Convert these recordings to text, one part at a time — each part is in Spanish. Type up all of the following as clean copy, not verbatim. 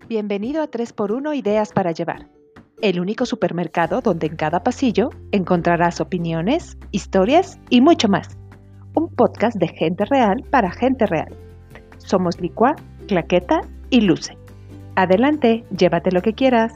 Bienvenido a 3x1 Ideas para Llevar, el único supermercado donde en cada pasillo encontrarás opiniones, historias y mucho más. Un podcast de gente real para gente real. Somos Licua, Claqueta y Luce. Adelante, llévate lo que quieras.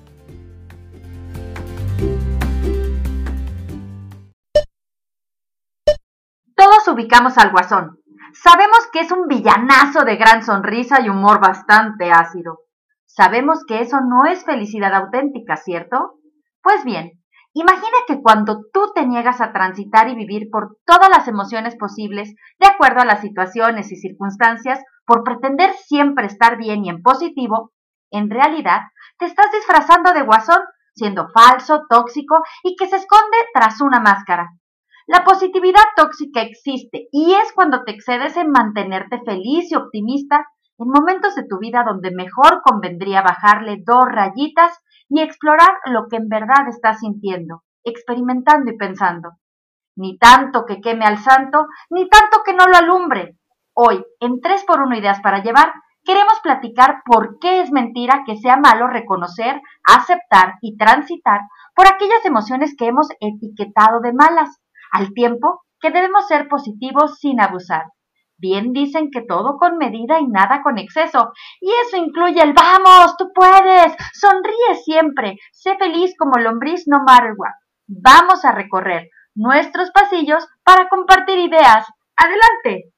Todos ubicamos al Guasón. Sabemos que es un villanazo de gran sonrisa y humor bastante ácido. Sabemos que eso no es felicidad auténtica, ¿cierto? Pues bien, imagina que cuando tú te niegas a transitar y vivir por todas las emociones posibles, de acuerdo a las situaciones y circunstancias, por pretender siempre estar bien y en positivo, en realidad te estás disfrazando de Guasón, siendo falso, tóxico y que se esconde tras una máscara. La positividad tóxica existe y es cuando te excedes en mantenerte feliz y optimista en momentos de tu vida donde mejor convendría bajarle 2 rayitas y explorar lo que en verdad estás sintiendo, experimentando y pensando. Ni tanto que queme al santo, ni tanto que no lo alumbre. Hoy, en 3x1 Ideas para Llevar, queremos platicar por qué es mentira que sea malo reconocer, aceptar y transitar por aquellas emociones que hemos etiquetado de malas, al tiempo que debemos ser positivos sin abusar. Bien dicen que todo con medida y nada con exceso, y eso incluye el vamos, tú puedes, sonríe siempre, sé feliz como lombriz no matter what. Vamos a recorrer nuestros pasillos para compartir ideas. ¡Adelante!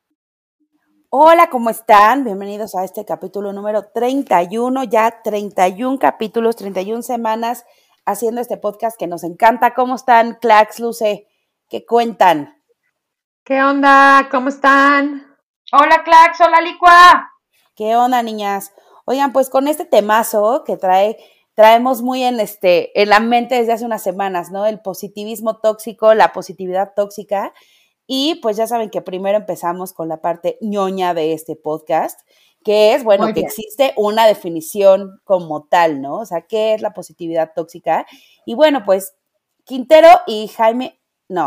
Hola, ¿cómo están? Bienvenidos a este capítulo número 31, ya 31 capítulos, 31 semanas haciendo este podcast que nos encanta. ¿Cómo están, Clax, Luce? ¿Qué cuentan? ¿Qué onda? ¿Cómo están? Hola, Clax, hola, Licua. ¿Qué onda, niñas? Oigan, pues con este temazo que traemos muy en la mente desde hace unas semanas, ¿no? El positivismo tóxico, la positividad tóxica. Y pues ya saben que primero empezamos con la parte ñoña de este podcast, que es, bueno, que existe una definición como tal, ¿no? O sea, ¿qué es la positividad tóxica? Y bueno, pues Quintero y Jaime,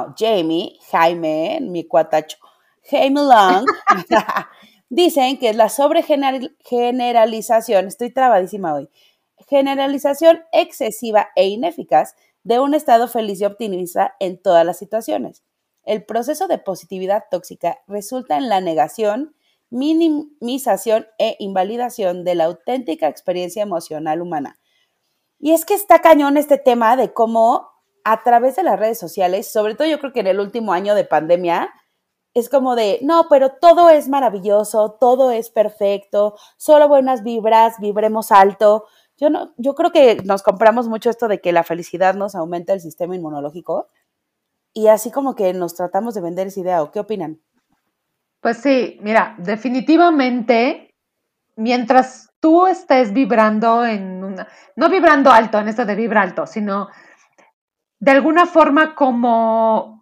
mi cuatacho, Jaime Long, dicen que es la sobregeneralización, estoy trabadísima hoy, generalización excesiva e ineficaz de un estado feliz y optimista en todas las situaciones. El proceso de positividad tóxica resulta en la negación, minimización e invalidación de la auténtica experiencia emocional humana. Y es que está cañón este tema de cómo a través de las redes sociales, sobre todo yo creo que en el último año de pandemia, es como de, no, pero todo es maravilloso, todo es perfecto, solo buenas vibras, vibremos alto. Yo creo que nos compramos mucho esto de que la felicidad nos aumenta el sistema inmunológico. Y así como que nos tratamos de vender esa idea, ¿o qué opinan? Pues sí, mira, definitivamente, mientras tú estés vibrando no vibrando alto en esto de vibra alto, sino de alguna forma como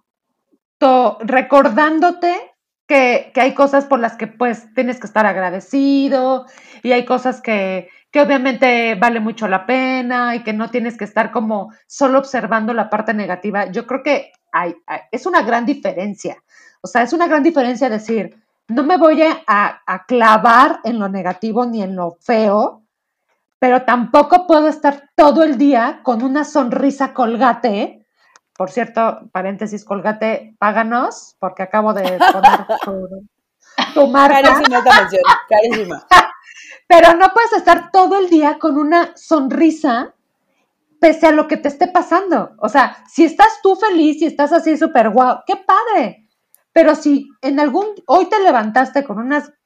recordándote que hay cosas por las que pues tienes que estar agradecido y hay cosas que obviamente vale mucho la pena y que no tienes que estar como solo observando la parte negativa. Yo creo que es una gran diferencia. O sea, es una gran diferencia decir, no me voy a clavar en lo negativo ni en lo feo, pero tampoco puedo estar todo el día con una sonrisa colgate. Por cierto, paréntesis, Colgate, páganos, porque acabo de poner tu marca. Carísima esta mención, carísima. Pero no puedes estar todo el día con una sonrisa pese a lo que te esté pasando. O sea, si estás tú feliz y estás así súper guau, ¡qué padre! Pero si hoy te levantaste con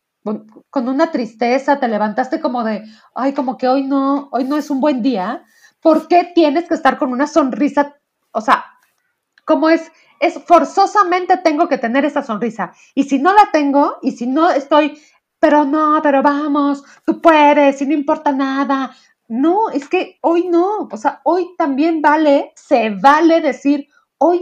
una tristeza, te levantaste como de, ay, como que hoy no es un buen día, ¿por qué tienes que estar con una sonrisa? O sea, como es forzosamente tengo que tener esa sonrisa. Y si no la tengo, y si no estoy, pero vamos, tú puedes, y no importa nada. No, es que hoy no. O sea, hoy también se vale decir, hoy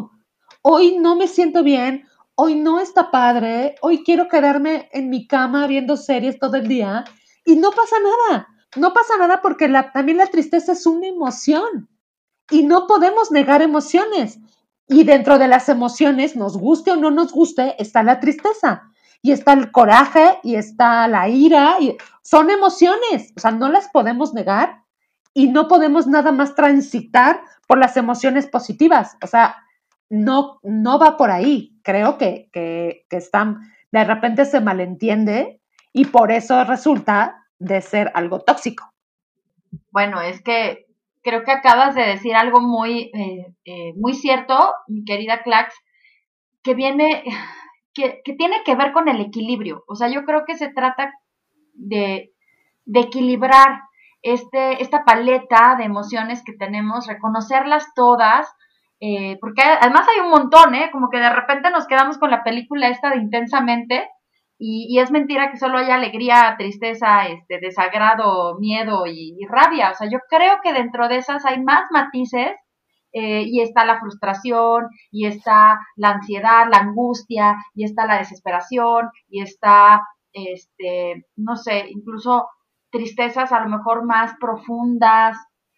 no me siento bien, hoy no está padre, hoy quiero quedarme en mi cama viendo series todo el día, y no pasa nada. No pasa nada porque también la tristeza es una emoción. Y no podemos negar emociones. Y dentro de las emociones, nos guste o no nos guste, está la tristeza. y está el coraje, y está la ira, y son emociones, o sea, no las podemos negar y no podemos nada más transitar por las emociones positivas, o sea, no va por ahí, creo que están, de repente se malentiende y por eso resulta de ser algo tóxico. Bueno, es que creo que acabas de decir algo muy cierto, mi querida Clax, que viene, que tiene que ver con el equilibrio. O sea, yo creo que se trata de, de equilibrar esta paleta de emociones que tenemos, reconocerlas todas, porque además hay un montón, como que de repente nos quedamos con la película esta de Intensamente, y es mentira que solo haya alegría, tristeza, desagrado, miedo y rabia. O sea, yo creo que dentro de esas hay más matices, y está la frustración, y está la ansiedad, la angustia, y está la desesperación, y está, no sé, incluso tristezas a lo mejor más profundas,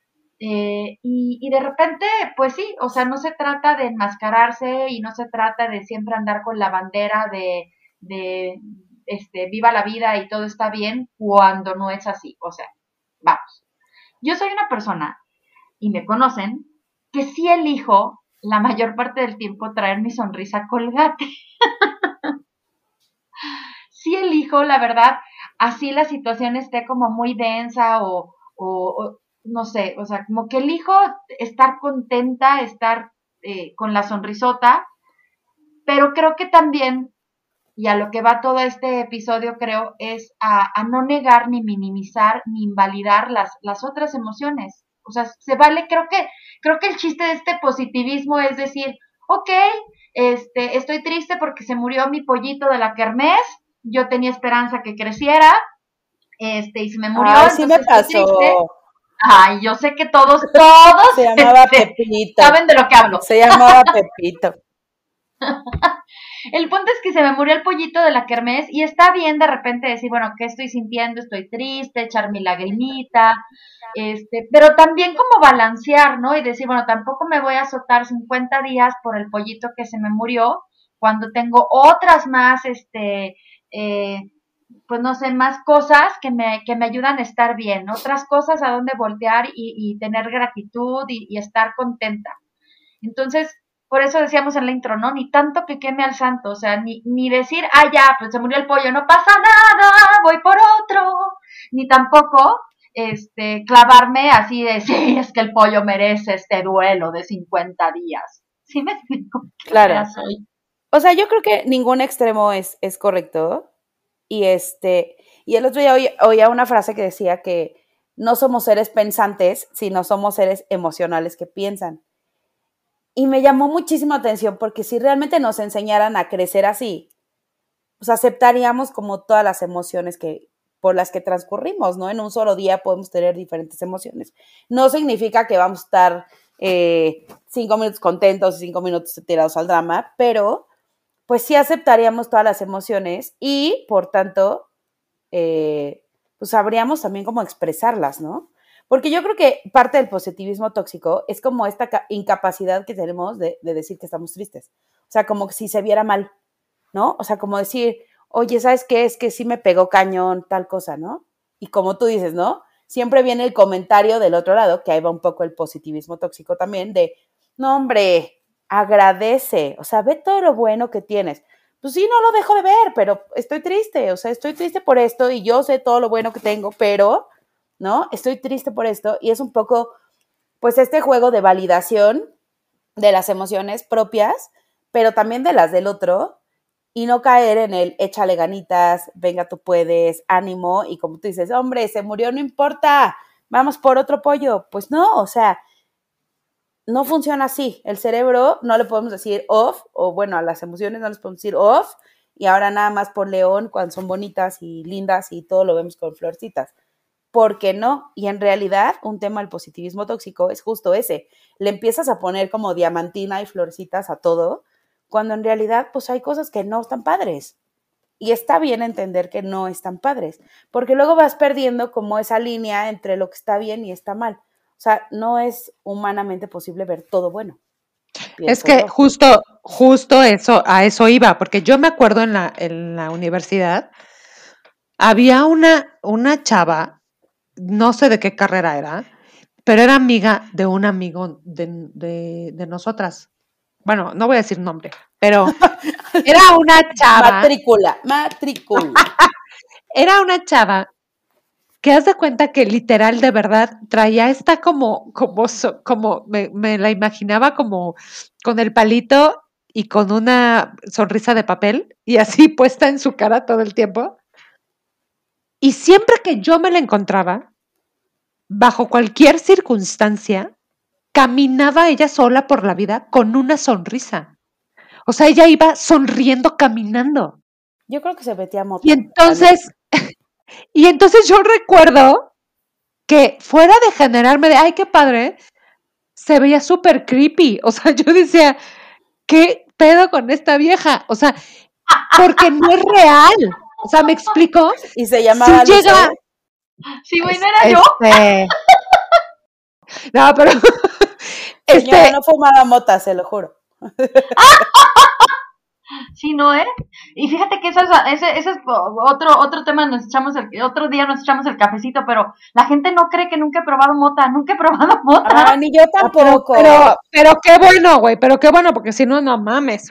y de repente, pues sí, o sea, no se trata de enmascararse y no se trata de siempre andar con la bandera de viva la vida y todo está bien cuando no es así. O sea, vamos. Yo soy una persona, y me conocen, que sí elijo la mayor parte del tiempo traer mi sonrisa colgate. Sí elijo, la verdad, así la situación esté como muy densa o no sé, o sea, como que elijo estar contenta, estar con la sonrisota, pero creo que también, y a lo que va todo este episodio, creo, es a no negar, ni minimizar, ni invalidar las otras emociones. O sea, se vale, creo que el chiste de este positivismo es decir, ok, estoy triste porque se murió mi pollito de la kermés, yo tenía esperanza que creciera, y se me murió, Ay, sí me entonces estoy triste. pasó. Ay, yo sé que todos, Se llamaba Pepito. saben de lo que hablo. Se llamaba Pepito. El punto es que se me murió el pollito de la kermés y está bien de repente decir, bueno, ¿qué estoy sintiendo? Estoy triste, echar mi lagrimita, pero también como balancear, ¿no? Y decir, bueno, tampoco me voy a azotar 50 días por el pollito que se me murió, cuando tengo otras más, eh, pues no sé, más cosas que me ayudan a estar bien, otras cosas a donde voltear y tener gratitud y estar contenta. Entonces, por eso decíamos en la intro, ¿no? Ni tanto que queme al santo, o sea, ni decir, ah, ya, pues se murió el pollo, no pasa nada, voy por otro, ni tampoco, clavarme así de, sí, es que el pollo merece este duelo de 50 días. ¿Sí me explico? ¿Qué Claro. soy? O sea, yo creo que ningún extremo es correcto. Y y el otro día oía una frase que decía que no somos seres pensantes, sino somos seres emocionales que piensan. Y me llamó muchísimo la atención porque si realmente nos enseñaran a crecer así, pues aceptaríamos como todas las emociones por las que transcurrimos, ¿no? En un solo día podemos tener diferentes emociones. No significa que vamos a estar 5 minutos contentos y 5 minutos tirados al drama, pero pues sí aceptaríamos todas las emociones y, por tanto, pues sabríamos también cómo expresarlas, ¿no? Porque yo creo que parte del positivismo tóxico es como esta incapacidad que tenemos de decir que estamos tristes. O sea, como que si se viera mal, ¿no? O sea, como decir, oye, ¿sabes qué? Es que sí me pegó cañón tal cosa, ¿no? Y como tú dices, ¿no? Siempre viene el comentario del otro lado, que ahí va un poco el positivismo tóxico también, de, no, hombre, agradece, o sea, ve todo lo bueno que tienes. Pues sí, no lo dejo de ver, pero estoy triste, o sea, estoy triste por esto y yo sé todo lo bueno que tengo, pero, ¿no? Estoy triste por esto y es un poco, pues, este juego de validación de las emociones propias, pero también de las del otro, y no caer en el échale ganitas, venga tú puedes, ánimo, y como tú dices, hombre, se murió, no importa, vamos por otro pollo. Pues no, o sea, no funciona así. El cerebro no le podemos decir off, o bueno, a las emociones no les podemos decir off, y ahora nada más por león cuando son bonitas y lindas y todo lo vemos con florcitas. ¿Por qué no? Y en realidad un tema del positivismo tóxico es justo ese. Le empiezas a poner como diamantina y florcitas a todo, cuando en realidad pues hay cosas que no están padres. Y está bien entender que no están padres, porque luego vas perdiendo como esa línea entre lo que está bien y está mal. O sea, no es humanamente posible ver todo bueno. Es que justo eso, a eso iba, porque yo me acuerdo en la universidad, había una chava, no sé de qué carrera era, pero era amiga de un amigo de nosotras. Bueno, no voy a decir nombre, pero era una chava. Matrícula. Era una chava que haz de cuenta que literal de verdad traía esta como me la imaginaba como con el palito y con una sonrisa de papel y así puesta en su cara todo el tiempo. Y siempre que yo me la encontraba, bajo cualquier circunstancia, caminaba ella sola por la vida con una sonrisa. O sea, ella iba sonriendo caminando. Yo creo que se metía a moto. Y entonces yo recuerdo que fuera de generarme de, ay, qué padre, se veía súper creepy. O sea, yo decía, ¿qué pedo con esta vieja? O sea, porque no es real. O sea, ¿me explico? Y se llamaba si llega, Sí, güey, no era yo. No, pero Señora, no fumaba mota, se lo juro. Sí, ¿no, Y fíjate que ese es otro tema, otro día nos echamos el cafecito, pero la gente no cree que nunca he probado mota. Ah, ni yo tampoco. Pero qué bueno, güey, pero qué bueno, porque si no, no mames.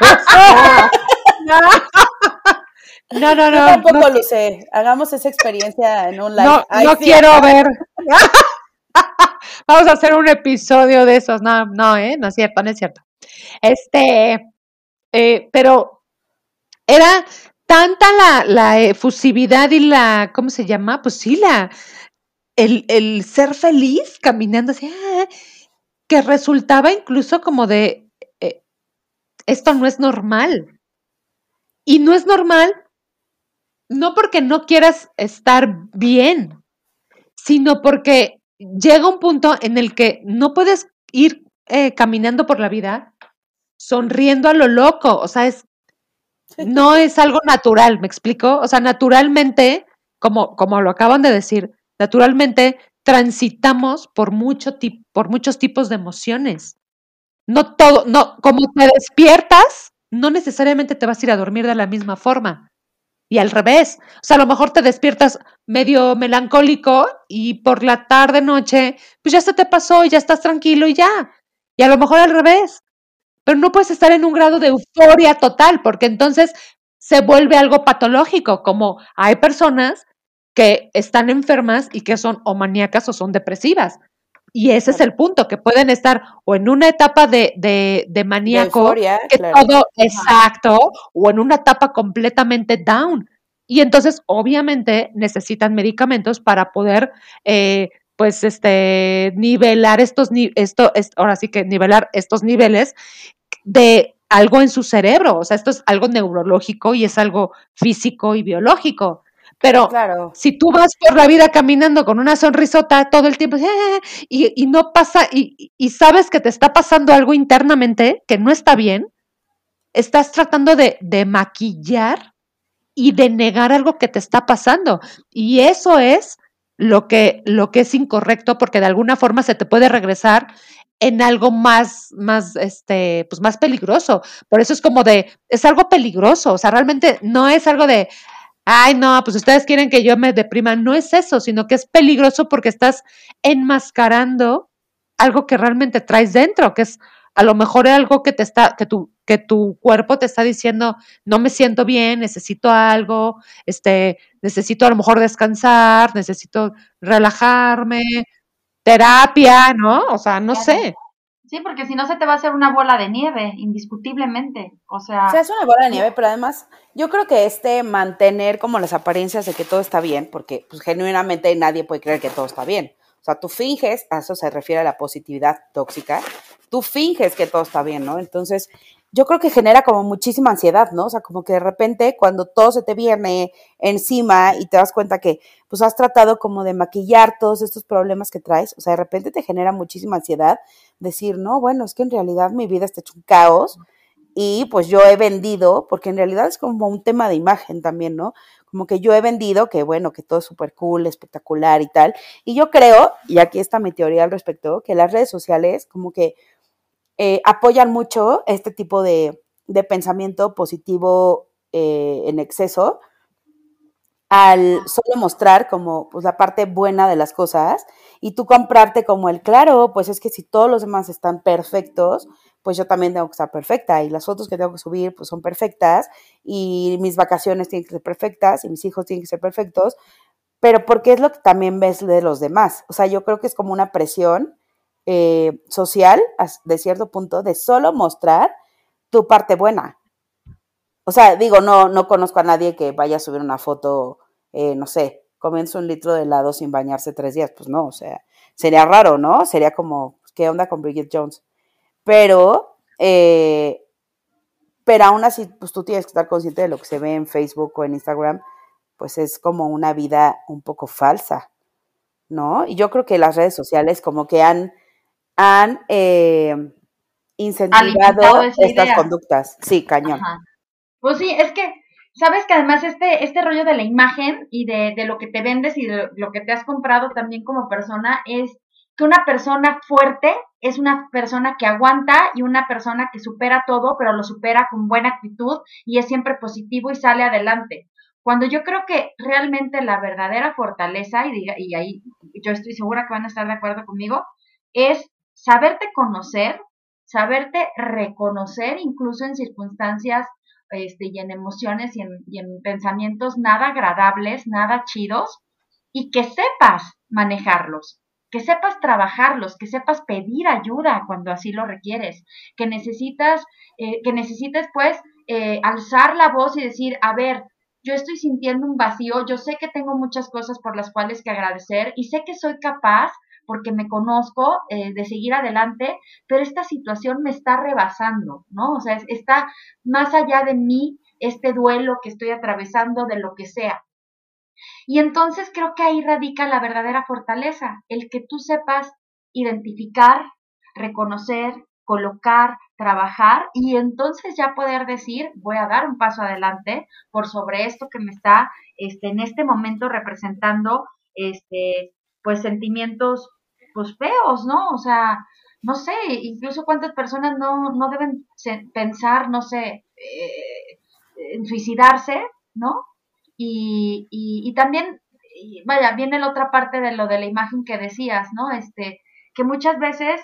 No. Yo tampoco lo sé. Hagamos esa experiencia en un live. No sí, quiero ver. Vamos a hacer un episodio de esos. No, no es cierto, no es cierto. Pero era tanta la efusividad y la, ¿cómo se llama? Pues sí, el ser feliz caminando así, que resultaba incluso como de, esto no es normal. Y no es normal, no porque no quieras estar bien, sino porque llega un punto en el que no puedes ir caminando por la vida sonriendo a lo loco, o sea, no es algo natural, ¿me explico? O sea, naturalmente, como lo acaban de decir, naturalmente transitamos por muchos tipos de emociones. No todo, no, como te despiertas, no necesariamente te vas a ir a dormir de la misma forma. Y al revés, o sea, a lo mejor te despiertas medio melancólico y por la tarde, noche, pues ya se te pasó, ya estás tranquilo y ya. Y a lo mejor al revés. Pero no puedes estar en un grado de euforia total, porque entonces se vuelve algo patológico, como hay personas que están enfermas y que son o maníacas o son depresivas. Y ese es el punto, que pueden estar o en una etapa de maníaco, de euforia, que claro. todo exacto, o en una etapa completamente down. Y entonces, obviamente, necesitan medicamentos para poder, nivelar ahora sí que nivelar estos niveles de algo en su cerebro. O sea, esto es algo neurológico y es algo físico y biológico. Pero claro, si tú vas por la vida caminando con una sonrisota todo el tiempo y no pasa, y sabes que te está pasando algo internamente que no está bien, estás tratando de maquillar y de negar algo que te está pasando. Y eso es lo que es incorrecto, porque de alguna forma se te puede regresar en algo más peligroso. Por eso es como es algo peligroso. O sea, realmente no es algo de, ay, no, pues ustedes quieren que yo me deprima. No es eso, sino que es peligroso porque estás enmascarando algo que realmente traes dentro, que es a lo mejor algo que que tu cuerpo te está diciendo, no me siento bien, necesito algo, necesito a lo mejor descansar, necesito relajarme, terapia, ¿no? O sea, no sé. Sí, porque si no se te va a hacer una bola de nieve, indiscutiblemente. O sea, se hace una bola de nieve, pero además yo creo que mantener como las apariencias de que todo está bien, porque pues genuinamente nadie puede creer que todo está bien. O sea, tú finges, a eso se refiere a la positividad tóxica, tú finges que todo está bien, ¿no? Entonces, yo creo que genera como muchísima ansiedad, ¿no? O sea, como que de repente cuando todo se te viene encima y te das cuenta que pues has tratado como de maquillar todos estos problemas que traes, o sea, de repente te genera muchísima ansiedad decir, no, bueno, es que en realidad mi vida está hecho un caos y pues yo he vendido, porque en realidad es como un tema de imagen también, ¿no? Como que yo he vendido que, bueno, que todo es súper cool, espectacular y tal. Y yo creo, y aquí está mi teoría al respecto, que las redes sociales como que apoyan mucho este tipo de pensamiento positivo en exceso, al solo mostrar como pues la parte buena de las cosas y tú comprarte como el claro, pues es que si todos los demás están perfectos, pues yo también tengo que estar perfecta y las fotos que tengo que subir pues son perfectas y mis vacaciones tienen que ser perfectas y mis hijos tienen que ser perfectos, pero porque es lo que también ves de los demás. O sea, yo creo que es como una presión social de cierto punto de solo mostrar tu parte buena. O sea, digo, no conozco a nadie que vaya a subir una foto, no sé, comienza 1 litro de helado sin bañarse 3 días. Pues no, o sea, sería raro, ¿no? Sería como, ¿qué onda con Bridget Jones? Pero aún así, pues tú tienes que estar consciente de lo que se ve en Facebook o en Instagram, pues es como una vida un poco falsa, ¿no? Y yo creo que las redes sociales como que han alimentado incentivado esa estas idea. conductas. Sí, cañón. Ajá. Pues sí, es que, sabes que además este rollo de la imagen y de lo que te vendes y de lo que te has comprado también como persona es que una persona fuerte es una persona que aguanta y una persona que supera todo, pero lo supera con buena actitud y es siempre positivo y sale adelante. Cuando yo creo que realmente la verdadera fortaleza, y ahí yo estoy segura que van a estar de acuerdo conmigo, es saberte conocer, saberte reconocer incluso en circunstancias y en emociones y en pensamientos nada agradables, nada chidos, y que sepas manejarlos, que sepas trabajarlos, que sepas pedir ayuda cuando así lo requieres, que necesites pues alzar la voz y decir, a ver, yo estoy sintiendo un vacío, yo sé que tengo muchas cosas por las cuales que agradecer y sé que soy capaz porque me conozco de seguir adelante, pero esta situación me está rebasando, ¿no? O sea, está más allá de mí este duelo que estoy atravesando de lo que sea. Y entonces creo que ahí radica la verdadera fortaleza, el que tú sepas identificar, reconocer, colocar, trabajar y entonces ya poder decir, voy a dar un paso adelante por sobre esto que me está en este momento representando pues sentimientos pues feos, ¿no? O sea, no sé, incluso cuántas personas no deben pensar, no sé, en suicidarse, ¿no? Y también, vaya, viene la otra parte de lo de la imagen que decías, ¿no? Que muchas veces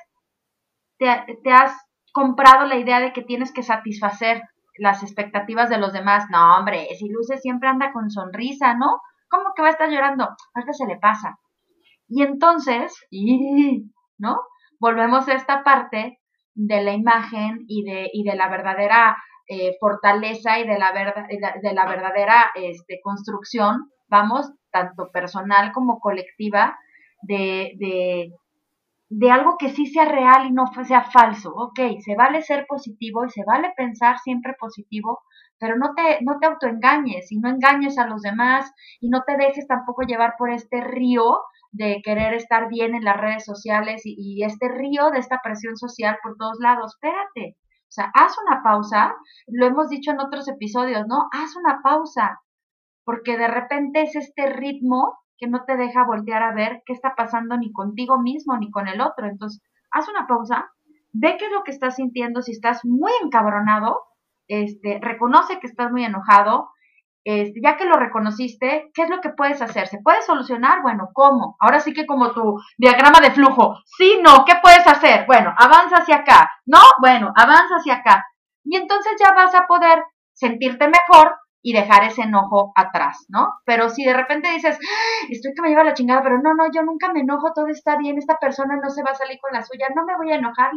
te has comprado la idea de que tienes que satisfacer las expectativas de los demás. No, hombre, si luce siempre anda con sonrisa, ¿no? ¿Cómo que va a estar llorando? Ahorita se le pasa. Y entonces, ¿no? Volvemos a esta parte de la imagen y de la verdadera fortaleza y de la verdadera construcción, vamos, tanto personal como colectiva, de, de, de algo que sí sea real y no sea falso. Ok, se vale ser positivo y se vale pensar siempre positivo, pero no te autoengañes y no engañes a los demás y no te dejes tampoco llevar por este río de querer estar bien en las redes sociales y este río de esta presión social por todos lados. Espérate, o sea, haz una pausa, lo hemos dicho en otros episodios, ¿no? Haz una pausa, porque de repente es este ritmo que no te deja voltear a ver qué está pasando ni contigo mismo ni con el otro. Entonces, haz una pausa, ve qué es lo que estás sintiendo, si estás muy encabronado, reconoce que estás muy enojado, ya que lo reconociste, ¿qué es lo que puedes hacer? ¿Se puede solucionar? Bueno, ¿cómo? Ahora sí que como tu diagrama de flujo. Sí, no, ¿qué puedes hacer? Bueno, avanza hacia acá. No, bueno, avanza hacia acá. Y entonces ya vas a poder sentirte mejor y dejar ese enojo atrás, ¿no? Pero si de repente dices, estoy que me lleva la chingada, pero no, yo nunca me enojo, todo está bien, esta persona no se va a salir con la suya, no me voy a enojar,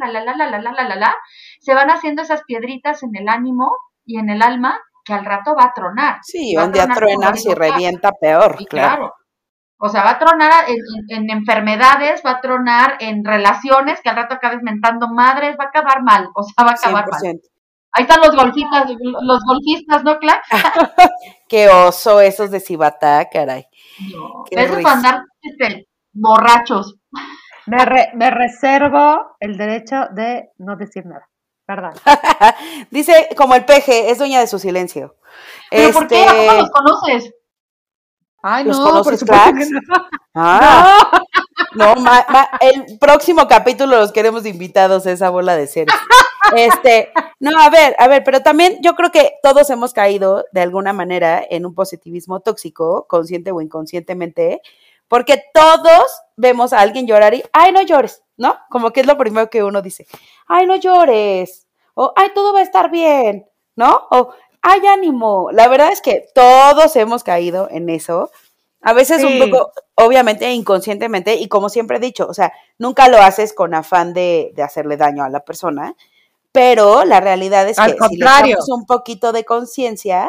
se van haciendo esas piedritas en el ánimo y en el alma que al rato va a tronar. Sí, Va a un día tronar, truena, si revienta peor, y claro. O sea, va a tronar en enfermedades, va a tronar en relaciones, que al rato acabes mentando madres, va a acabar mal, o sea, va a acabar 100%. mal. Ahí están los golfistas, ¿no, Clark? Qué oso esos de Cibatá, caray. No, Qué eso es risa. para andar borrachos. Me reservo el derecho de no decir nada, ¿verdad? Dice, como el peje, es dueña de su silencio. ¿Pero por qué? ¿A poco los conoces? Ay, ¿Los no, por conoces, supuesto que cracks? no. Ah, No. No, el próximo capítulo los queremos invitados a esa bola de seres. No, a ver, pero también yo creo que todos hemos caído de alguna manera en un positivismo tóxico, consciente o inconscientemente, porque todos vemos a alguien llorar y, ay, no llores, ¿no? Como que es lo primero que uno dice, ay, no llores, o ay, todo va a estar bien, ¿no? O ay, ánimo. La verdad es que todos hemos caído en eso. A veces Sí. un poco, obviamente, inconscientemente, y como siempre he dicho, o sea, nunca lo haces con afán de hacerle daño a la persona, pero la realidad es Al que si le contrario. echamos un poquito de conciencia,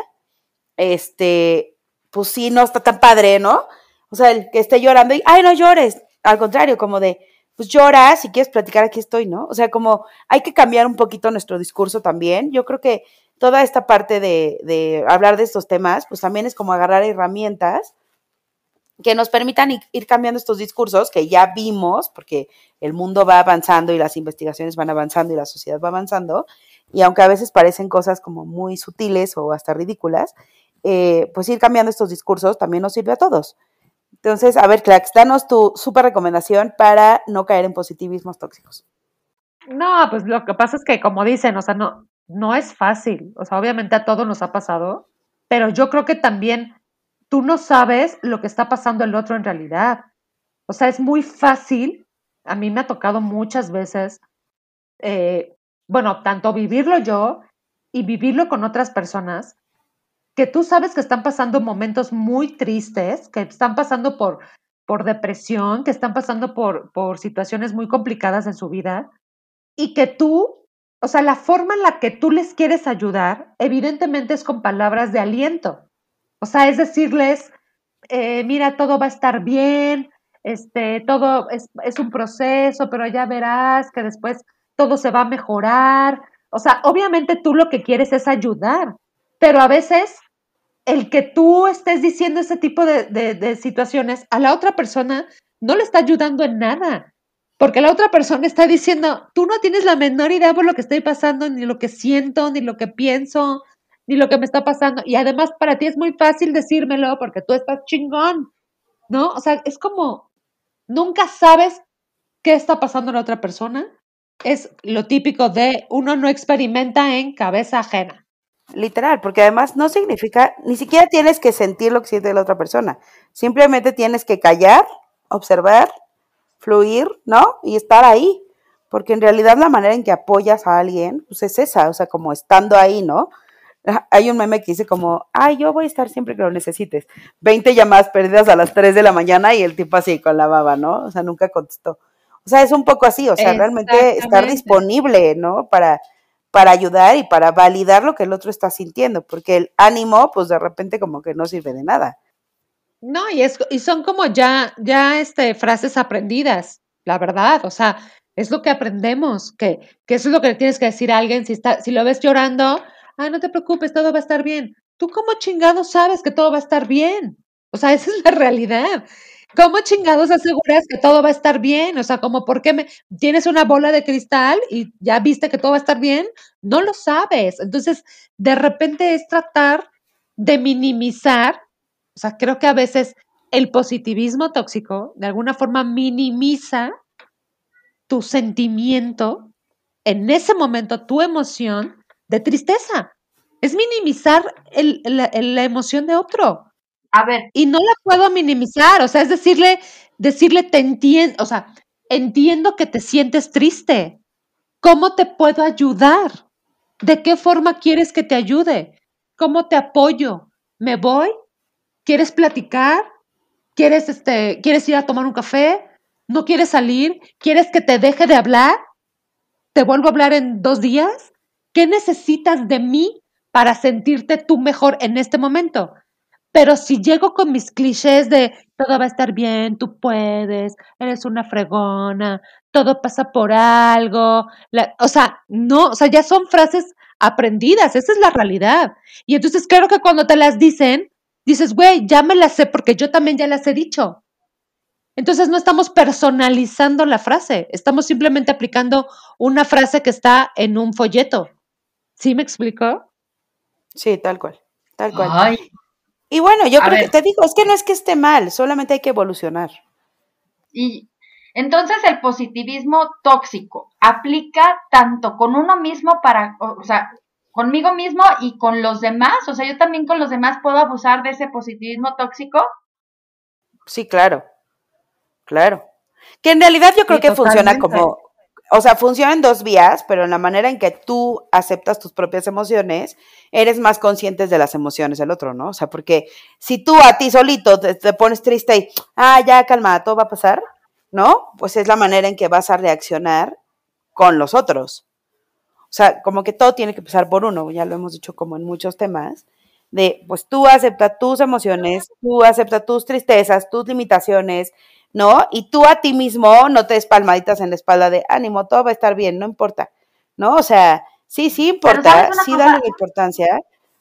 pues sí, no está tan padre, ¿no? O sea, el que esté llorando y, ay, no llores, al contrario, como de, pues llora, si quieres platicar, aquí estoy, ¿no? O sea, como hay que cambiar un poquito nuestro discurso también. Yo creo que toda esta parte de hablar de estos temas, pues también es como agarrar herramientas que nos permitan ir cambiando estos discursos que ya vimos, porque el mundo va avanzando y las investigaciones van avanzando y la sociedad va avanzando, y aunque a veces parecen cosas como muy sutiles o hasta ridículas, pues ir cambiando estos discursos también nos sirve a todos. Entonces, a ver, Clax, danos tu súper recomendación para no caer en positivismos tóxicos. No, pues lo que pasa es que, como dicen, o sea, no es fácil. O sea, obviamente a todos nos ha pasado, pero yo creo que también tú no sabes lo que está pasando el otro en realidad. O sea, es muy fácil. A mí me ha tocado muchas veces, bueno, tanto vivirlo yo y vivirlo con otras personas, que tú sabes que están pasando momentos muy tristes, que están pasando por depresión, que están pasando por situaciones muy complicadas en su vida y que tú, o sea, la forma en la que tú les quieres ayudar, evidentemente es con palabras de aliento. O sea, es decirles, mira, todo va a estar bien, todo es un proceso, pero ya verás que después todo se va a mejorar. O sea, obviamente tú lo que quieres es ayudar, pero a veces el que tú estés diciendo ese tipo de situaciones a la otra persona no le está ayudando en nada, porque la otra persona está diciendo, tú no tienes la menor idea por lo que estoy pasando, ni lo que siento, ni lo que pienso, ni lo que me está pasando. Y además para ti es muy fácil decírmelo porque tú estás chingón, ¿no? O sea, es como, nunca sabes qué está pasando en la otra persona. Es lo típico de uno no experimenta en cabeza ajena. Literal, porque además no significa, ni siquiera tienes que sentir lo que siente la otra persona. Simplemente tienes que callar, observar, fluir, ¿no? Y estar ahí. Porque en realidad la manera en que apoyas a alguien, pues es esa, o sea, como estando ahí, ¿no? Hay un meme que dice como, ay, yo voy a estar siempre que lo necesites. 20 llamadas perdidas a las 3 de la mañana y el tipo así con la baba, ¿no? O sea, nunca contestó. O sea, es un poco así, o sea, realmente estar disponible, ¿no? Para ayudar y para validar lo que el otro está sintiendo, porque el ánimo, pues de repente como que no sirve de nada. No, y son como ya frases aprendidas, la verdad, o sea, es lo que aprendemos, que eso es lo que le tienes que decir a alguien si lo ves llorando, ah, no te preocupes, todo va a estar bien. ¿Tú cómo chingados sabes que todo va a estar bien? O sea, esa es la realidad. ¿Cómo chingados aseguras que todo va a estar bien? O sea, como por qué tienes una bola de cristal y ya viste que todo va a estar bien, no lo sabes. Entonces, de repente es tratar de minimizar, o sea, creo que a veces el positivismo tóxico de alguna forma minimiza tu sentimiento, en ese momento tu emoción de tristeza. Es minimizar la emoción de otro. A ver, Y no la puedo minimizar, o sea, es decirle te entiendo, o sea, entiendo que te sientes triste. ¿Cómo te puedo ayudar? ¿De qué forma quieres que te ayude? ¿Cómo te apoyo? ¿Me voy? ¿Quieres platicar? ¿Quieres ir a tomar un café? ¿No quieres salir? ¿Quieres que te deje de hablar? ¿Te vuelvo a hablar en 2 días? ¿Qué necesitas de mí para sentirte tú mejor en este momento? Pero si llego con mis clichés de todo va a estar bien, tú puedes, eres una fregona, todo pasa por algo, o sea, no, o sea, ya son frases aprendidas, esa es la realidad. Y entonces creo que cuando te las dicen, dices, güey, ya me las sé porque yo también ya las he dicho. Entonces no estamos personalizando la frase, estamos simplemente aplicando una frase que está en un folleto. ¿Sí me explicó? Sí, tal cual, tal cual. ay, Y bueno, yo a creo que, ver, te digo, es que no es que esté mal, solamente hay que evolucionar. y Entonces el positivismo tóxico aplica tanto con uno mismo o sea, conmigo mismo y con los demás. O sea, yo también con los demás puedo abusar de ese positivismo tóxico. Sí, claro. Que en realidad yo creo que funciona como, o sea, funciona en dos vías, pero en la manera en que tú aceptas tus propias emociones, eres más consciente de las emociones del otro, ¿no? O sea, porque si tú a ti solito te pones triste y, ya, calma, todo va a pasar, ¿no? Pues es la manera en que vas a reaccionar con los otros. O sea, como que todo tiene que pasar por uno, ya lo hemos dicho como en muchos temas, de pues tú acepta tus emociones, tú acepta tus tristezas, tus limitaciones, ¿no? Y tú a ti mismo no te des palmaditas en la espalda de ánimo, todo va a estar bien, no importa, ¿no? O sea, sí importa, sí dale la importancia.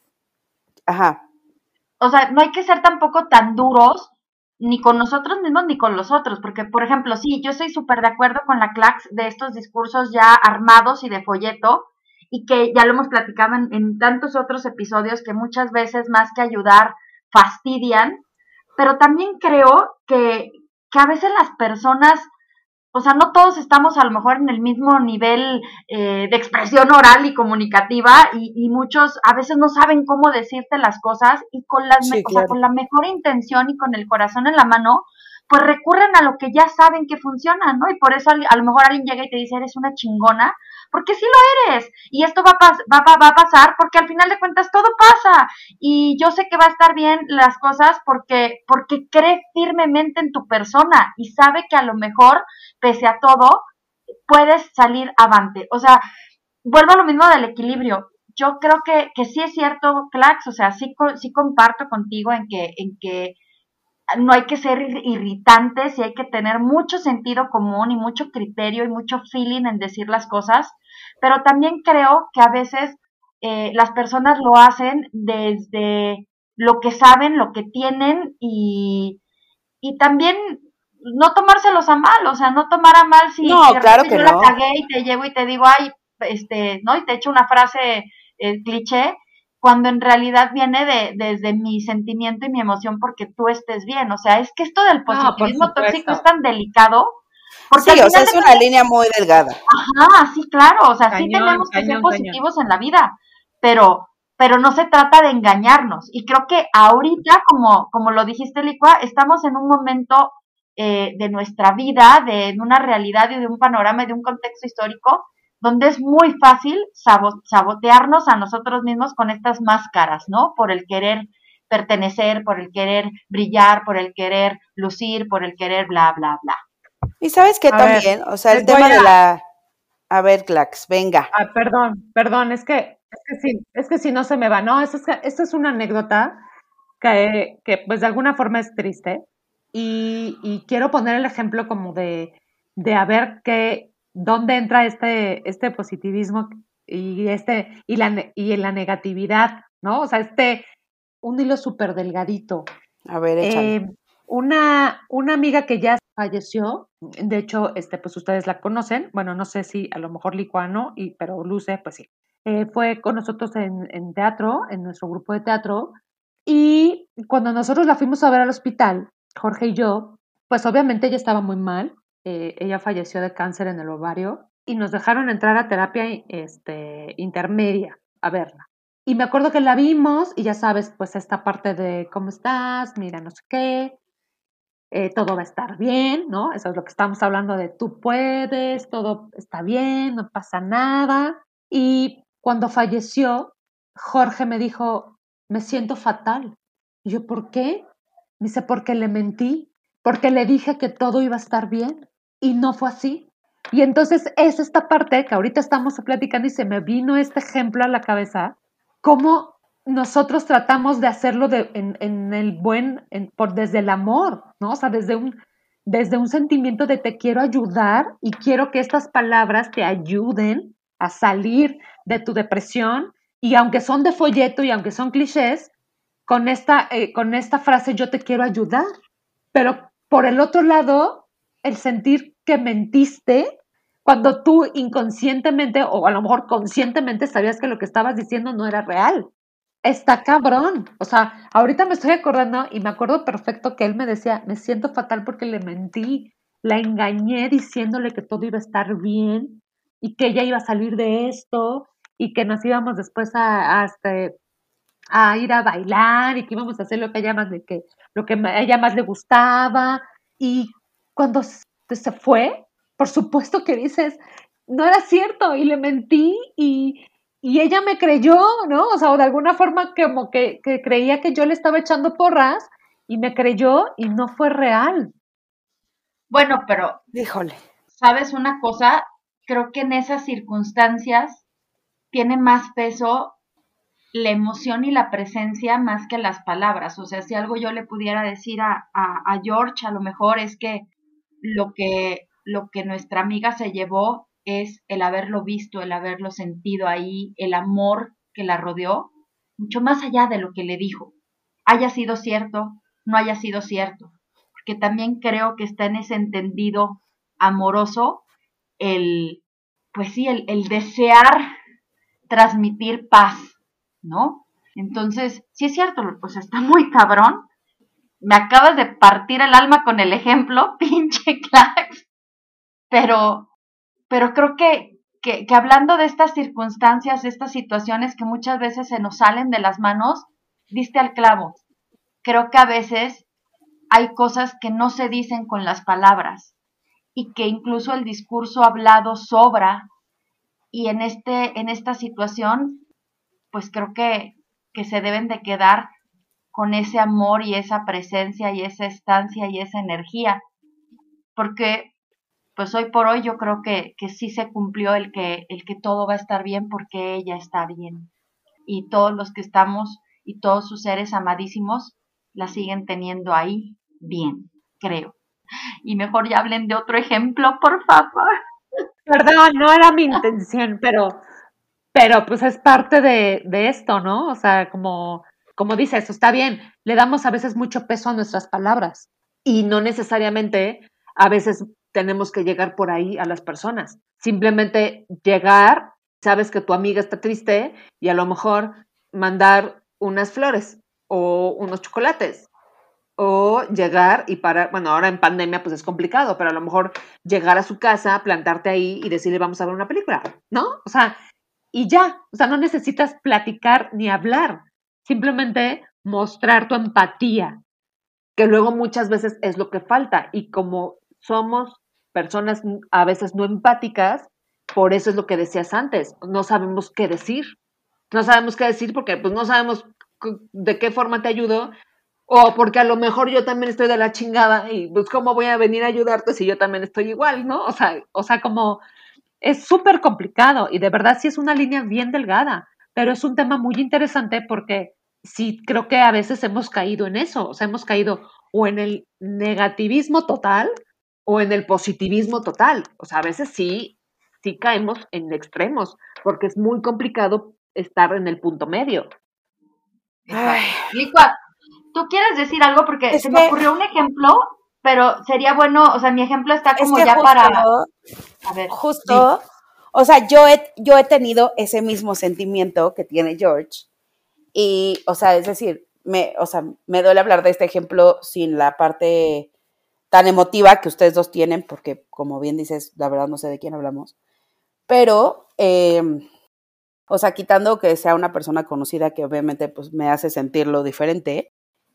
Ajá. O sea, no hay que ser tampoco tan duros ni con nosotros mismos ni con los otros, porque, por ejemplo, sí, yo estoy súper de acuerdo con la Clax de estos discursos ya armados y de folleto, y que ya lo hemos platicado en tantos otros episodios que muchas veces más que ayudar fastidian, pero también creo que a veces las personas, o sea, no todos estamos a lo mejor en el mismo nivel de expresión oral y comunicativa, y muchos a veces no saben cómo decirte las cosas, y Sí, o sea, claro. con la mejor intención y con el corazón en la mano, pues recurren a lo que ya saben que funciona, ¿no? Y por eso a lo mejor alguien llega y te dice, eres una chingona, porque sí lo eres, y esto va a pasar porque al final de cuentas todo pasa, y yo sé que va a estar bien las cosas porque cree firmemente en tu persona y sabe que a lo mejor, pese a todo, puedes salir avante. O sea, vuelvo a lo mismo del equilibrio. Yo creo que sí es cierto, Clax, o sea, sí comparto contigo en que no hay que ser irritantes y hay que tener mucho sentido común y mucho criterio y mucho feeling en decir las cosas, pero también creo que a veces las personas lo hacen desde lo que saben, lo que tienen, y también no tomárselos a mal, o sea, no tomar a mal si No, de claro repente que yo la no. cagué y te llego y te digo, ay, ¿no? Y te echo una frase cliché, cuando en realidad viene desde mi sentimiento y mi emoción porque tú estés bien. O sea, es que esto del positivismo tóxico es tan delicado, porque Sí, al o sea, final es de una cuentas, línea muy delgada. ajá, sí, claro, o sea, sí tenemos que ser positivos en la vida, pero no se trata de engañarnos. Y creo que ahorita, como lo dijiste, Licua, estamos en un momento de nuestra vida, de una realidad y de un panorama y de un contexto histórico donde es muy fácil sabotearnos a nosotros mismos con estas máscaras, ¿no? Por el querer pertenecer, por el querer brillar, por el querer lucir, por el querer bla, bla, bla. Y sabes que A ver, también, o sea, el les voy tema de la... A ver, Clax, venga. perdón, es que si no se me va. No, esto es una anécdota que pues de alguna forma es triste y quiero poner el ejemplo como de a ver dónde entra este positivismo y la negatividad, ¿no? O sea, un hilo súper delgadito. A ver, échale. Una amiga que ya falleció, de hecho, pues ustedes la conocen, bueno, no sé si a lo mejor Licuano, pero Luce, pues sí. Fue con nosotros en teatro, en nuestro grupo de teatro, y cuando nosotros la fuimos a ver al hospital, Jorge y yo, pues obviamente ella estaba muy mal, ella falleció de cáncer en el ovario, y nos dejaron entrar a terapia intermedia a verla. Y me acuerdo que la vimos y ya sabes, pues esta parte de cómo estás, mira, no sé qué, todo va a estar bien, ¿no? Eso es lo que estamos hablando de tú puedes, todo está bien, no pasa nada. Y cuando falleció, Jorge me dijo, me siento fatal. Y yo, ¿por qué? Me dice, porque le mentí, porque le dije que todo iba a estar bien y no fue así. Y entonces es esta parte que ahorita estamos platicando y se me vino este ejemplo a la cabeza, cómo nosotros tratamos de hacerlo en el desde el amor, ¿no? O sea, desde un sentimiento de te quiero ayudar y quiero que estas palabras te ayuden a salir de tu depresión, y aunque son de folleto y aunque son clichés, con esta frase yo te quiero ayudar. Pero por el otro lado, el sentir que mentiste cuando tú inconscientemente o a lo mejor conscientemente sabías que lo que estabas diciendo no era real. Está cabrón. O sea, ahorita me estoy acordando y me acuerdo perfecto que él me decía, me siento fatal porque le mentí. la engañé diciéndole que todo iba a estar bien y que ella iba a salir de esto y que nos íbamos después a ir a bailar y que íbamos a hacer lo que a ella más, a ella más le gustaba. Y cuando se fue, por supuesto que dices, no era cierto y le mentí y ella me creyó, ¿no? O sea, o de alguna forma como que creía que yo le estaba echando porras y me creyó y no fue real. Bueno, pero, Híjole. ¿sabes una cosa? Creo que en esas circunstancias tiene más peso la emoción y la presencia más que las palabras. O sea, si algo yo le pudiera decir a George, a lo mejor es que lo que nuestra amiga se llevó es el haberlo visto, el haberlo sentido ahí, el amor que la rodeó, mucho más allá de lo que le dijo. Haya sido cierto, no haya sido cierto. Porque también creo que está en ese entendido amoroso pues sí, el desear transmitir paz, ¿no? Entonces, sí es cierto, pues está muy cabrón. Me acabas de partir el alma con el ejemplo, pinche Clax. Pero, pero creo que hablando de estas circunstancias, de estas situaciones que muchas veces se nos salen de las manos, diste al clavo. Creo que a veces hay cosas que no se dicen con las palabras y que incluso el discurso hablado sobra y en esta situación pues creo que se deben de quedar con ese amor y esa presencia y esa estancia y esa energía, porque pues hoy por hoy yo creo que sí se cumplió el que todo va a estar bien porque ella está bien y todos los que estamos y todos sus seres amadísimos la siguen teniendo ahí bien, creo. Y mejor ya hablen de otro ejemplo, por favor. Perdón, no era mi intención, pero pues es parte de esto, ¿no? O sea, como dices, está bien, le damos a veces mucho peso a nuestras palabras y no necesariamente a veces tenemos que llegar por ahí a las personas. Simplemente llegar, sabes que tu amiga está triste y a lo mejor mandar unas flores o unos chocolates o llegar y parar, bueno, ahora en pandemia pues es complicado, pero a lo mejor llegar a su casa, plantarte ahí y decirle vamos a ver una película, ¿no? O sea, y ya, o sea, no necesitas platicar ni hablar, simplemente mostrar tu empatía, que luego muchas veces es lo que falta y como somos personas a veces no empáticas, por eso es lo que decías antes, no sabemos qué decir, no sabemos qué decir porque pues no sabemos de qué forma te ayudo o porque a lo mejor yo también estoy de la chingada y pues cómo voy a venir a ayudarte si yo también estoy igual, ¿no? O sea como es súper complicado y de verdad sí es una línea bien delgada, pero es un tema muy interesante porque sí creo que a veces hemos caído en eso, o sea, hemos caído o en el negativismo total o en el positivismo total. O sea, a veces sí caemos en extremos porque es muy complicado estar en el punto medio. Ay, Exacto. Licua, ¿tú quieres decir algo? Porque es se me que, ocurrió un ejemplo, pero sería bueno, o sea, mi ejemplo está es como que ya justo, para, a ver, di. justo, o sea, yo he tenido ese mismo sentimiento que tiene George. Y, o sea, es decir, me duele hablar de este ejemplo sin la parte tan emotiva que ustedes dos tienen, porque como bien dices, la verdad no sé de quién hablamos, pero, o sea, quitando que sea una persona conocida que obviamente pues me hace sentirlo diferente,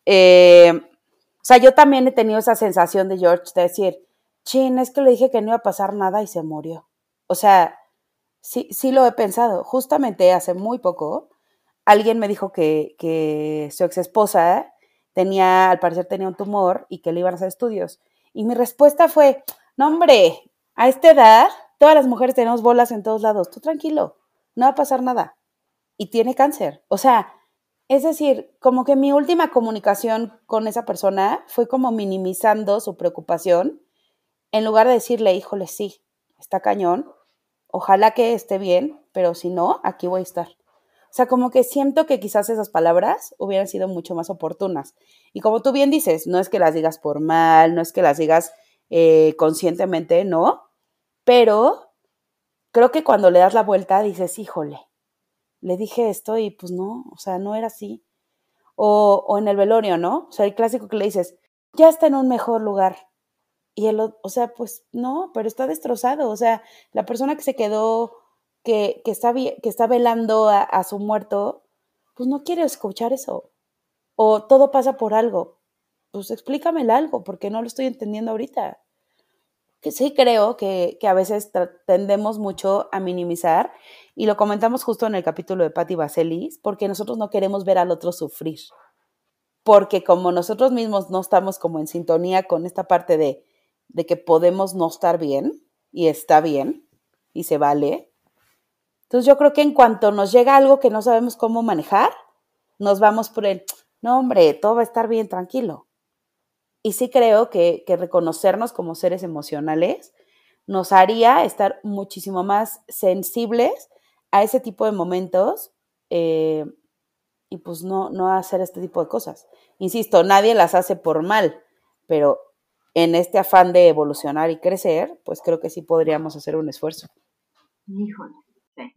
o sea, yo también he tenido esa sensación de George de decir, chin, es que le dije que no iba a pasar nada y se murió. O sea, sí lo he pensado. Justamente hace muy poco, alguien me dijo que su ex esposa al parecer tenía un tumor y que le iban a hacer estudios. Y mi respuesta fue, no hombre, a esta edad todas las mujeres tenemos bolas en todos lados, tú tranquilo, no va a pasar nada. Y tiene cáncer. O sea, es decir, como que mi última comunicación con esa persona fue como minimizando su preocupación en lugar de decirle, híjole, sí, está cañón, ojalá que esté bien, pero si no, aquí voy a estar. O sea, como que siento que quizás esas palabras hubieran sido mucho más oportunas. Y como tú bien dices, no es que las digas por mal, no es que las digas conscientemente, no, pero creo que cuando le das la vuelta dices, híjole, le dije esto y pues no, o sea, no era así. O en el velorio, ¿no? O sea, el clásico que le dices, ya está en un mejor lugar. o sea, pues no, pero está destrozado. O sea, la persona que se quedó, que está velando a su muerto, pues no quiere escuchar eso. O todo pasa por algo. Pues explícamelo algo, porque no lo estoy entendiendo ahorita. Que sí creo que a veces tendemos mucho a minimizar, y lo comentamos justo en el capítulo de Patti Vaselis, porque nosotros no queremos ver al otro sufrir. Porque como nosotros mismos no estamos como en sintonía con esta parte de que podemos no estar bien, y está bien, y se vale. Entonces yo creo que en cuanto nos llega algo que no sabemos cómo manejar, nos vamos por el, no hombre, todo va a estar bien, tranquilo. Y sí creo que reconocernos como seres emocionales nos haría estar muchísimo más sensibles a ese tipo de momentos, y pues no hacer este tipo de cosas. Insisto, nadie las hace por mal, pero en este afán de evolucionar y crecer, pues creo que sí podríamos hacer un esfuerzo. Híjole, sí.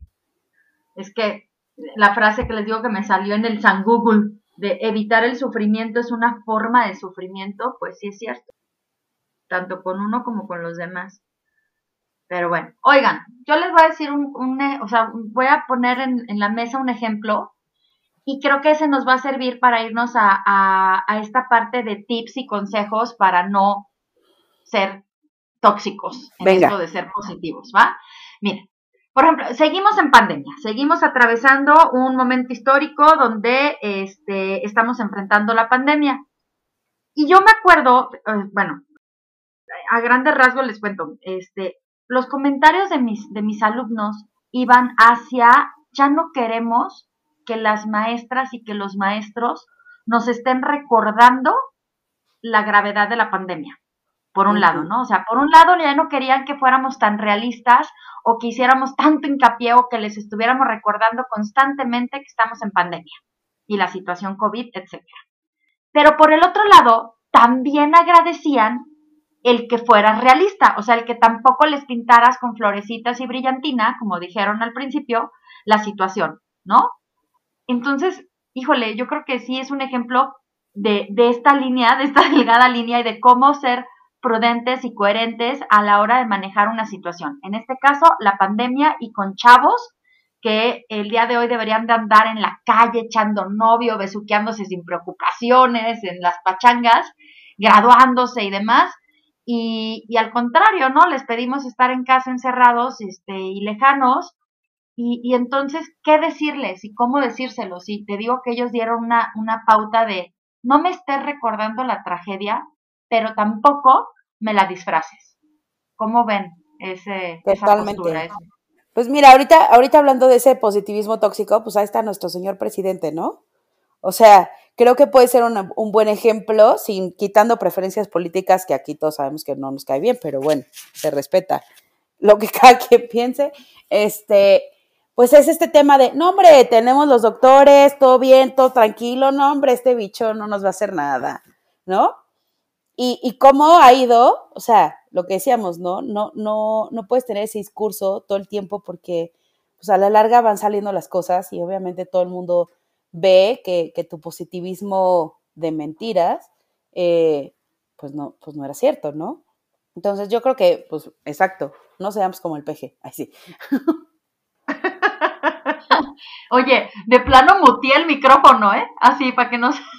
Es que la frase que les digo que me salió en el San Google de evitar el sufrimiento es una forma de sufrimiento, pues sí es cierto, tanto con uno como con los demás. Pero bueno, oigan, yo les voy a decir o sea, voy a poner en la mesa un ejemplo y creo que ese nos va a servir para irnos a esta parte de tips y consejos para no ser tóxicos en Venga. esto de ser positivos, ¿va? Miren, por ejemplo, seguimos en pandemia, seguimos atravesando un momento histórico donde estamos enfrentando la pandemia. Y yo me acuerdo, bueno, a grandes rasgos les cuento, los comentarios de mis alumnos iban hacia, ya no queremos que las maestras y que los maestros nos estén recordando la gravedad de la pandemia, por un lado, ¿no? O sea, por un lado ya no querían que fuéramos tan realistas o que hiciéramos tanto hincapié o que les estuviéramos recordando constantemente que estamos en pandemia y la situación COVID, etcétera. Pero por el otro lado, también agradecían el que fueras realista, o sea, el que tampoco les pintaras con florecitas y brillantina, como dijeron al principio, la situación, ¿no? Entonces, híjole, yo creo que sí es un ejemplo de esta línea, de esta delgada línea y de cómo ser prudentes y coherentes a la hora de manejar una situación. En este caso, la pandemia y con chavos que el día de hoy deberían de andar en la calle echando novio, besuqueándose sin preocupaciones, en las pachangas, graduándose y demás. Y al contrario, ¿no? Les pedimos estar en casa encerrados y lejanos. Y entonces, ¿qué decirles y cómo decírselos? Y te digo que ellos dieron una pauta de no me estés recordando la tragedia, pero tampoco me la disfraces. ¿Cómo ven esa postura? Pues mira, ahorita hablando de ese positivismo tóxico, pues ahí está nuestro señor presidente, ¿no? O sea, creo que puede ser un buen ejemplo, sin quitando preferencias políticas, que aquí todos sabemos que no nos cae bien, pero bueno, se respeta lo que cada quien piense. Pues es este tema de, no hombre, tenemos los doctores, todo bien, todo tranquilo, no hombre, este bicho no nos va a hacer nada, ¿no? Y cómo ha ido, o sea, lo que decíamos, no puedes tener ese discurso todo el tiempo porque pues a la larga van saliendo las cosas y obviamente todo el mundo ve que tu positivismo de mentiras, pues no era cierto, ¿no? Entonces yo creo que, pues, exacto, no seamos como el peje, ahí sí. Oye, de plano muteé el micrófono, ¿eh? Así, para que no se...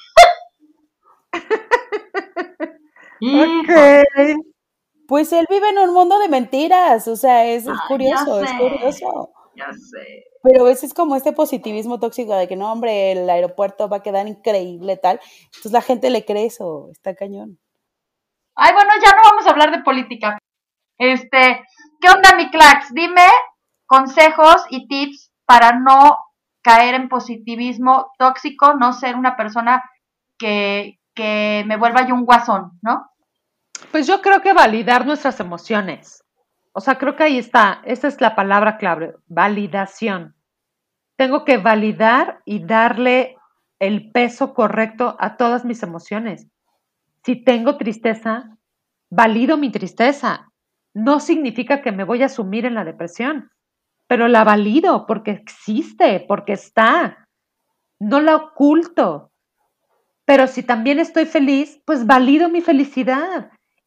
Okay. Pues él vive en un mundo de mentiras, o sea, es curioso, ya sé, es curioso. Ya sé. Pero ese es como este positivismo tóxico de que no, hombre, el aeropuerto va a quedar increíble, tal. Entonces la gente le cree eso, está cañón. Ay, bueno, ya no vamos a hablar de política. ¿Qué onda, mi Clax? Dime consejos y tips para no caer en positivismo tóxico, no ser una persona que me vuelva yo un guasón, ¿no? Pues yo creo que validar nuestras emociones. O sea, creo que ahí está, esa es la palabra clave, validación. Tengo que validar y darle el peso correcto a todas mis emociones. Si tengo tristeza, valido mi tristeza. No significa que me voy a sumir en la depresión, pero la valido porque existe, porque está. No la oculto. Pero si también estoy feliz, pues valido mi felicidad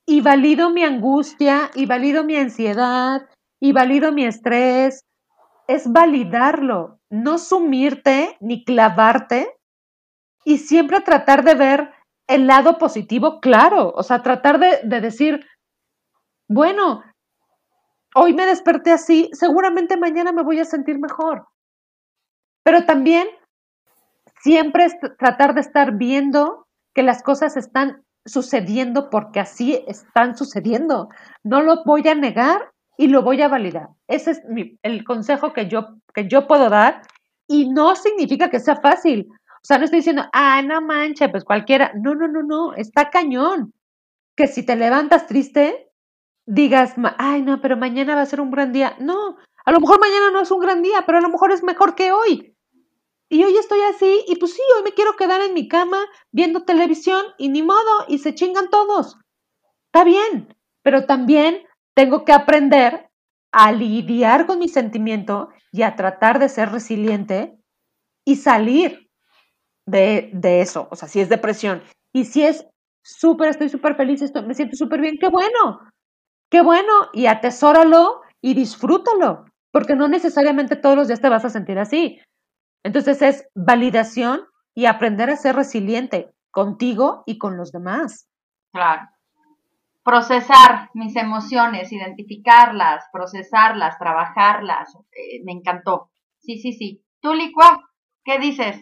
y valido mi angustia, y valido mi ansiedad, y valido mi estrés. Es validarlo, no sumirte ni clavarte y siempre tratar de ver el lado positivo, claro. O sea, tratar de decir, bueno, hoy me desperté así, seguramente mañana me voy a sentir mejor. Pero también siempre es tratar de estar viendo que las cosas están sucediendo porque así están sucediendo. No lo voy a negar y lo voy a validar. Ese es el consejo que yo puedo dar y no significa que sea fácil. O sea, no estoy diciendo, no manches, pues cualquiera. No, no, no, no, está cañón. Que si te levantas triste, digas, ay, no, pero mañana va a ser un gran día. No, a lo mejor mañana no es un gran día, pero a lo mejor es mejor que hoy. Y hoy estoy así, y pues sí, hoy me quiero quedar en mi cama viendo televisión y ni modo, y se chingan todos. Está bien, pero también tengo que aprender a lidiar con mi sentimiento y a tratar de ser resiliente y salir de eso. O sea, si es depresión y si es estoy súper feliz, me siento súper bien, qué bueno, y atesóralo y disfrútalo, porque no necesariamente todos los días te vas a sentir así. Entonces es validación y aprender a ser resiliente contigo y con los demás. Claro. Procesar mis emociones, identificarlas, procesarlas, trabajarlas. Me encantó. Sí, sí, sí. ¿Tú, Licua, qué dices?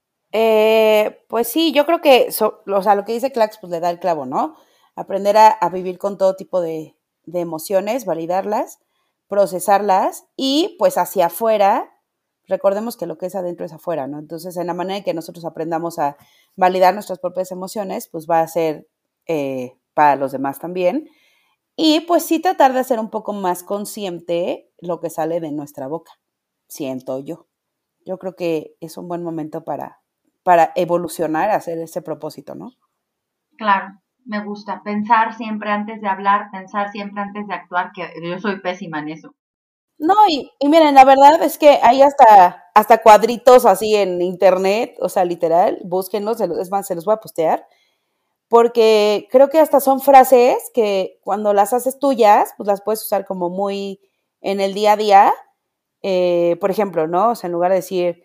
Pues sí, yo creo que, o sea, lo que dice Clax, pues le da el clavo, ¿no? Aprender a vivir con todo tipo de emociones, validarlas, procesarlas y pues hacia afuera, recordemos que lo que es adentro es afuera, ¿no? Entonces, en la manera en que nosotros aprendamos a validar nuestras propias emociones, pues va a ser para los demás también. Y pues sí tratar de ser un poco más consciente lo que sale de nuestra boca, siento yo. Yo creo que es un buen momento para evolucionar, hacer ese propósito, ¿no? Claro, me gusta. Pensar siempre antes de hablar, pensar siempre antes de actuar, que yo soy pésima en eso. No, y miren, la verdad es que hay hasta cuadritos así en internet, o sea, literal, búsquenlos, es más, se los voy a postear, porque creo que hasta son frases que cuando las haces tuyas, pues las puedes usar como muy en el día a día. Por ejemplo, ¿no? O sea, en lugar de decir,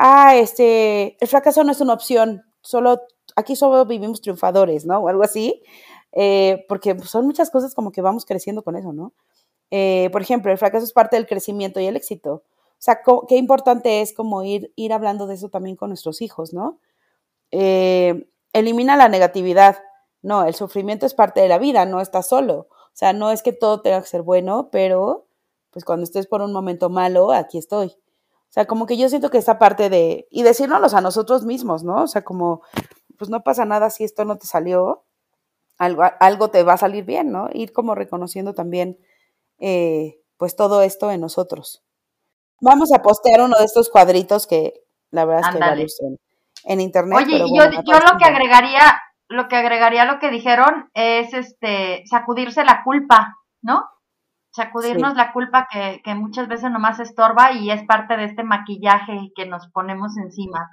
el fracaso no es una opción, aquí solo vivimos triunfadores, ¿no? O algo así, porque pues, son muchas cosas como que vamos creciendo con eso, ¿no? Por ejemplo, el fracaso es parte del crecimiento y el éxito. O sea, qué importante es como ir hablando de eso también con nuestros hijos, ¿no? Elimina la negatividad. No, el sufrimiento es parte de la vida, no estás solo. O sea, no es que todo tenga que ser bueno, pero pues cuando estés por un momento malo, aquí estoy. O sea, como que yo siento que esta parte y decírnoslos a nosotros mismos, ¿no? O sea, como, pues no pasa nada si esto no te salió, algo te va a salir bien, ¿no? Ir como reconociendo también, pues todo esto en nosotros. Vamos a postear uno de estos cuadritos que la verdad es que hay Ándale. varios en internet, Oye, pero y bueno, yo lo que agregaría a lo que dijeron es sacudirse la culpa, ¿no? Sacudirnos sí, la culpa que muchas veces nomás estorba y es parte de este maquillaje que nos ponemos encima.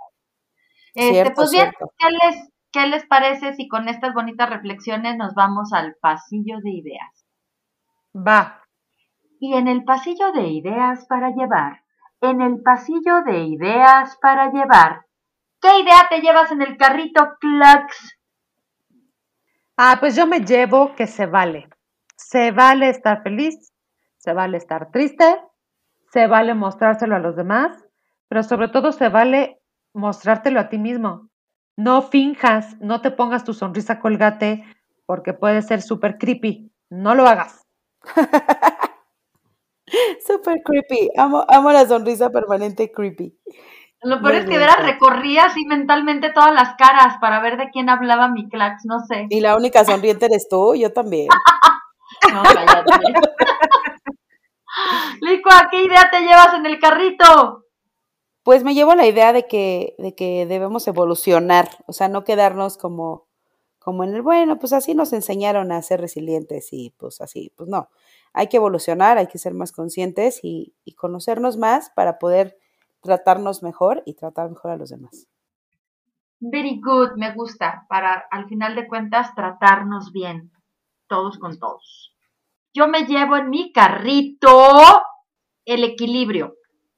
cierto, Pues bien, cierto. ¿qué les parece si con estas bonitas reflexiones nos vamos al pasillo de ideas? Va. Y en el pasillo de ideas para llevar, en el pasillo de ideas para llevar, ¿qué idea te llevas en el carrito, Clax? Pues yo me llevo que se vale. Se vale estar feliz, se vale estar triste, se vale mostrárselo a los demás, pero sobre todo se vale mostrártelo a ti mismo. No finjas, no te pongas tu sonrisa colgate porque puede ser súper creepy. No lo hagas. Súper creepy. Amo la sonrisa permanente creepy. Lo peor Muy es que bien, Vera Clax. recorría así mentalmente todas las caras para ver de quién hablaba mi Clax, no sé. Y la única sonriente eres tú, yo también. No, cállate. Licua, ¿qué idea te llevas en el carrito? Pues me llevo la idea de que debemos evolucionar, o sea, no quedarnos como en el, bueno, pues así nos enseñaron a ser resilientes y pues así, pues no. Hay que evolucionar, hay que ser más conscientes y conocernos más para poder tratarnos mejor y tratar mejor a los demás. Very good, me gusta, para al final de cuentas tratarnos bien. todos con todos. Yo me llevo en mi carrito el equilibrio,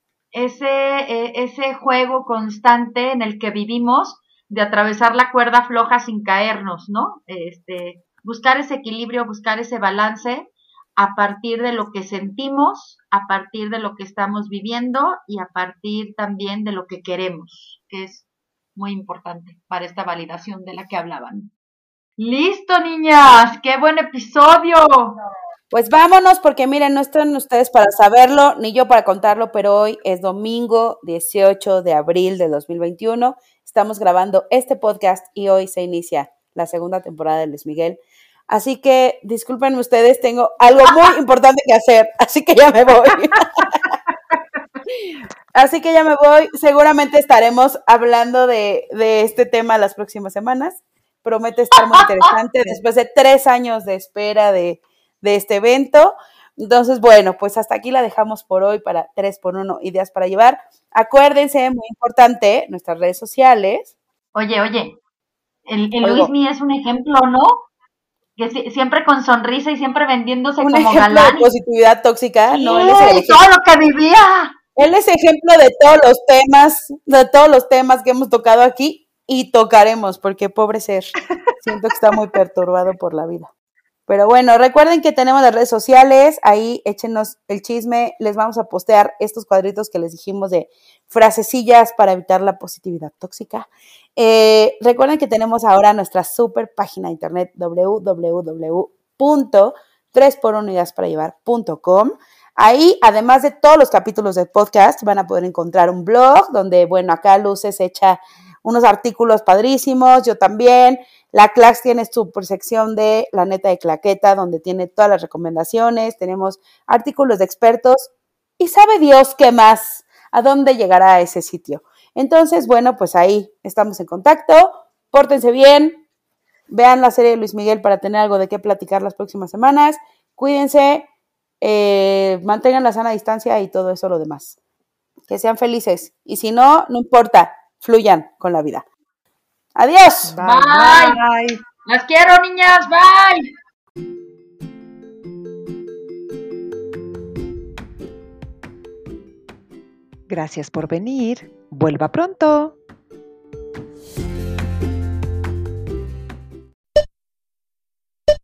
ese juego constante en el que vivimos de atravesar la cuerda floja sin caernos, ¿no? Buscar ese equilibrio, buscar ese balance a partir de lo que sentimos, a partir de lo que estamos viviendo y a partir también de lo que queremos, que es muy importante para esta validación de la que hablaban. ¡Listo, niñas! ¡Qué buen episodio! Pues vámonos, porque miren, no están ustedes para saberlo, ni yo para contarlo, pero hoy es domingo 18 de abril de 2021. Estamos grabando este podcast y hoy se inicia la segunda temporada de Luis Miguel. Así que discúlpenme ustedes, tengo algo muy importante que hacer, así que ya me voy. Seguramente estaremos hablando de este tema las próximas semanas. Promete estar muy interesante después de 3 años de espera de este evento. Entonces, bueno, pues hasta aquí la dejamos por hoy para 3x1 Ideas para Llevar. Acuérdense, muy importante, nuestras redes sociales. Oye, el Luismi es un ejemplo, ¿no? Que siempre con sonrisa y siempre vendiéndose un como ejemplo galán. De positividad tóxica, sí, ¿no? Él es el todo lo que vivía. Él es ejemplo de todos los temas que hemos tocado aquí y tocaremos, porque pobre ser, siento que está muy perturbado por la vida. Pero bueno, recuerden que tenemos las redes sociales, ahí échenos el chisme, les vamos a postear estos cuadritos que les dijimos de frasecillas para evitar la positividad tóxica. Recuerden que tenemos ahora nuestra super página de internet www.3x1ideasparallevar.com. Ahí, además de todos los capítulos del podcast, van a poder encontrar un blog donde, bueno, acá Luces echa unos artículos padrísimos, yo también. La Clax tiene su sección de La Neta de Claqueta, donde tiene todas las recomendaciones, tenemos artículos de expertos y sabe Dios qué más, a dónde llegará ese sitio. Entonces, bueno, pues ahí estamos en contacto, pórtense bien, vean la serie de Luis Miguel para tener algo de qué platicar las próximas semanas, cuídense, mantengan la sana distancia y todo eso lo demás. Que sean felices y si no, no importa, fluyan con la vida. Adiós. Bye. Bye. Las quiero, niñas. Bye. Gracias por venir. Vuelva pronto.